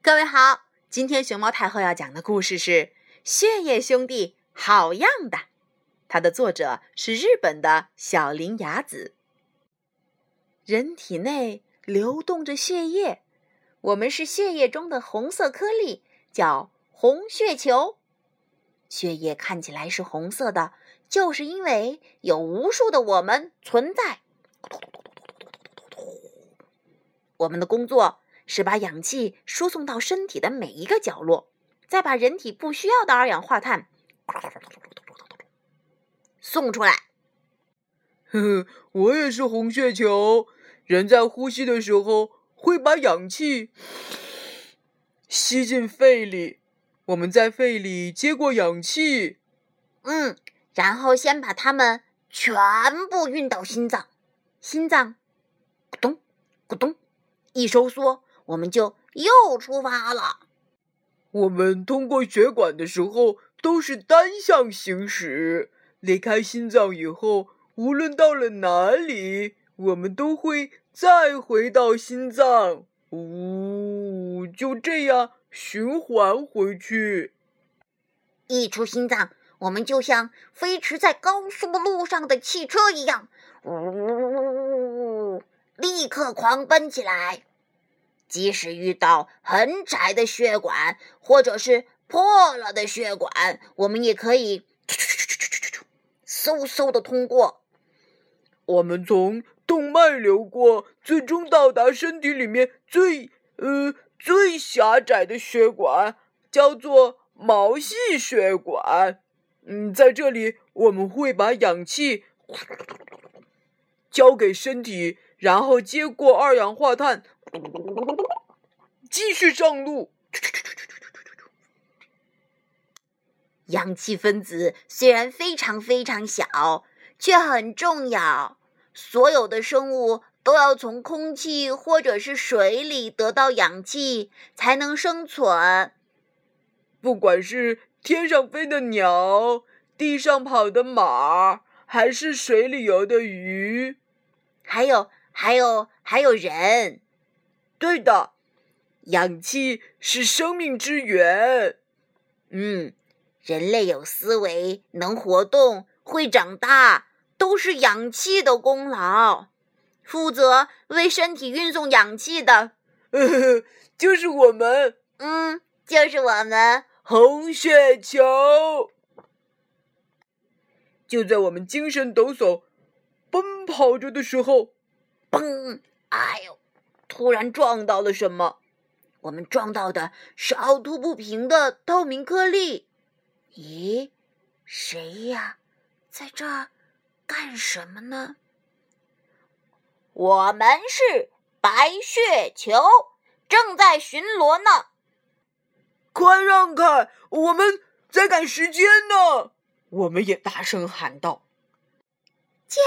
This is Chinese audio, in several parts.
各位好，今天熊猫太后要讲的故事是《血液兄弟好样的》，它的作者是日本的小林雅子。人体内流动着血液，我们是血液中的红色颗粒，叫红血球。血液看起来是红色的，就是因为有无数的我们存在。我们的工作是把氧气输送到身体的每一个角落，再把人体不需要的二氧化碳送出来。 我也是红血球。人在呼吸的时候会把氧气吸进肺里，我们在肺里接过氧气， 然后先把它们全部运到心脏，心脏咕咚咕咚一收缩，我们就又出发了。 我们通过血管的时候都是单向行驶，离开心脏以后，无论到了哪里，我们都会再回到心脏，就这样循环回去。 一出心脏，我们就像飞驰在高速路上的汽车一样，立刻狂奔起来。即使遇到很窄的血管，或者是破了的血管，我们也可以嗖嗖的通过。 我们从动脉流过，最终到达身体里面最狭窄的血管，叫做毛细血管。在这里我们会把氧气交给身体，然后接过二氧化碳，继续上路。 氧气分子虽然非常非常小，却很重要。所有的生物都要从空气或者是水里得到氧气，才能生存。 不管是天上飞的鸟，地上跑的马，还是水里游的鱼， 还有人。 对的，氧气是生命之源。 人类有思维，能活动，会长大，都是氧气的功劳。负责为身体运送氧气的， 就是我们。 就是我们红血球。就在我们精神抖擞奔跑着的时候， 砰！哎呦，突然撞到了什么？我们撞到的是凹凸不平的透明颗粒。咦，谁呀？在这儿干什么呢？我们是白血球，正在巡逻呢。 快让开，我们在赶时间呢！我们也大声喊道： 救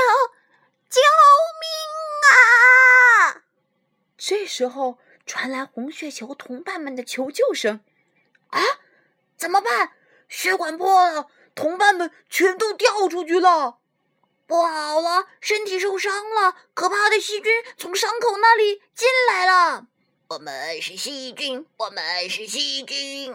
命啊！这时候传来红血球同伴们的求救声。怎么办？血管破了，同伴们全都掉出去了。不好了，身体受伤了，可怕的细菌从伤口那里进来了。我们是细菌，我们是细菌！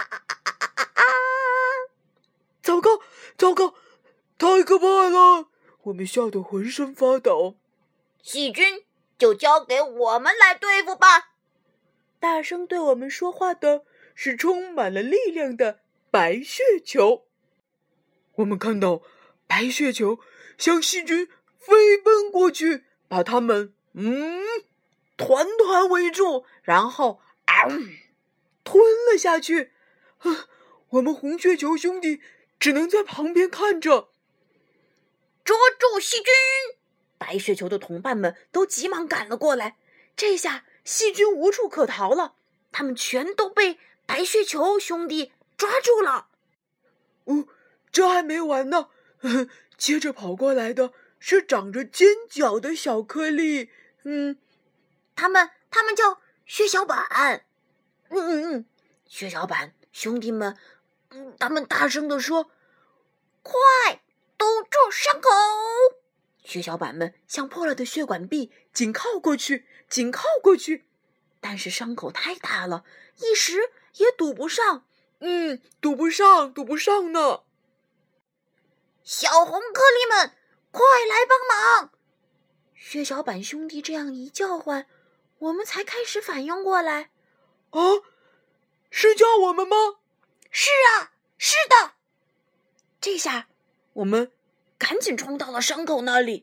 糟糕，太可怕了！我们吓得浑身发抖。 细菌就交给我们来对付吧。 大声对我们说话的是充满了力量的白血球。我们看到白血球向细菌飞奔过去，把它们团团围住，然后吞了下去。我们红血球兄弟只能在旁边看着。 捉住细菌！白血球的同伴们都急忙赶了过来。这下细菌无处可逃了，他们全都被白血球兄弟抓住了。 这还没完呢，接着跑过来的是长着尖角的小颗粒， 他们叫血小板。血小板兄弟们，他们大声地说：“快堵住伤口！”血小板们向破了的血管壁紧靠过去， 但是伤口太大了，一时也堵不上。 堵不上呢。 小红颗粒们，快来帮忙！薛小板兄弟这样一叫唤，我们才开始反应过来。 啊，是叫我们吗？ 是啊，是的。这下我们赶紧冲到了伤口那里。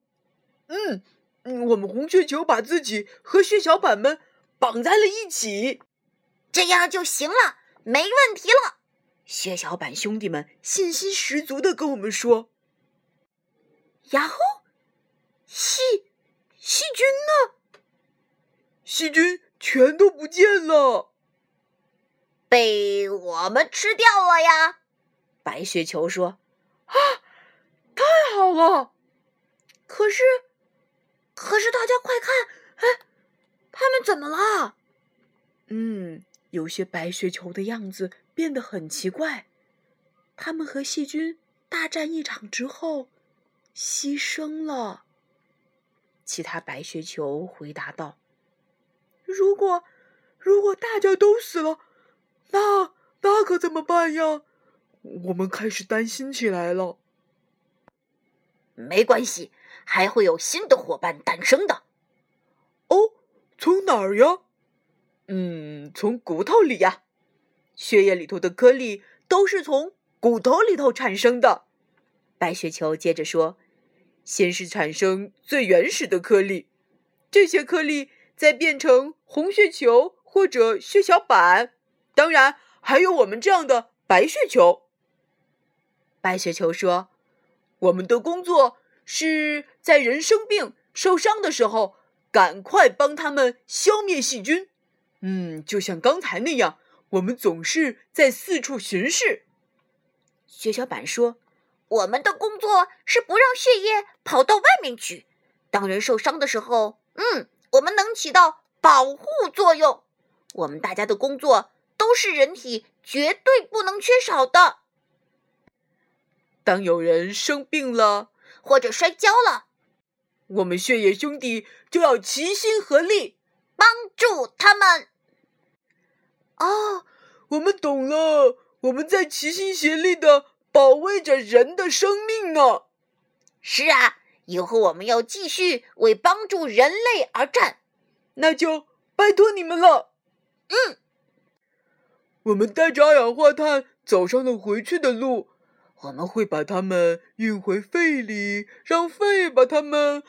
我们红血球把自己和薛小板们绑在了一起， 这样就行了，没问题了。薛小板兄弟们信心十足地跟我们说。 呀吼，细菌呢？ 细菌全都不见了， 被我们吃掉了呀！白血球说：“ 啊，太好了！ 可是大家快看，哎，他们怎么了？” 有些白血球的样子变得很奇怪，他们和细菌大战一场之后牺牲了。其他白血球回答道：“如果大家都死了，那可怎么办呀？”我们开始担心起来了。 没关系，还会有新的伙伴诞生的。 哦，从哪儿呀？从骨头里呀。血液里头的颗粒都是从骨头里头产生的。白血球接着说，先是产生最原始的颗粒，这些颗粒再变成红血球或者血小板，当然还有我们这样的白血球。白血球说，我们的工作是在人生病受伤的时候赶快帮他们消灭细菌。就像刚才那样，我们总是在四处巡视。 薛小板说，我们的工作是不让血液跑到外面去。当人受伤的时候，我们能起到保护作用。我们大家的工作都是人体绝对不能缺少的。 当有人生病了， 或者摔跤了， 我们血液兄弟就要齐心合力， 帮助他们。 我们懂了，我们在齐心协力地保卫着人的生命呢。 是啊，以后我们要继续为帮助人类而战。 那就拜托你们了。我们带着二氧化碳走上了回去的路，我们会把它们运回肺里，让肺把它们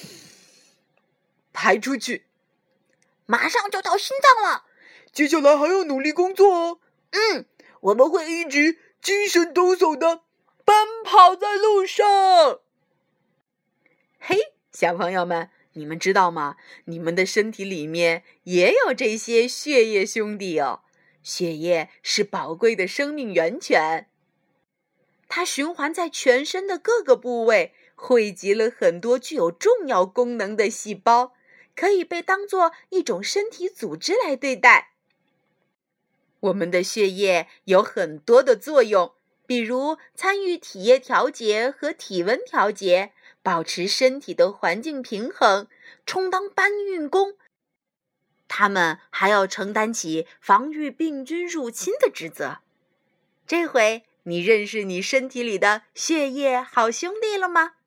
排出去。 马上就到心脏了， 接下来还要努力工作哦。我们会一直精神抖擞地奔跑在路上。嘿，小朋友们，你们知道吗？你们的身体里面也有这些血液兄弟哦。血液是宝贵的生命源泉，它循环在全身的各个部位，汇集了很多具有重要功能的细胞，可以被当作一种身体组织来对待。我们的血液有很多的作用，比如参与体液调节和体温调节，保持身体的环境平衡，充当搬运工。它们还要承担起防御病菌入侵的职责。这回你认识你身体里的血液好兄弟了吗？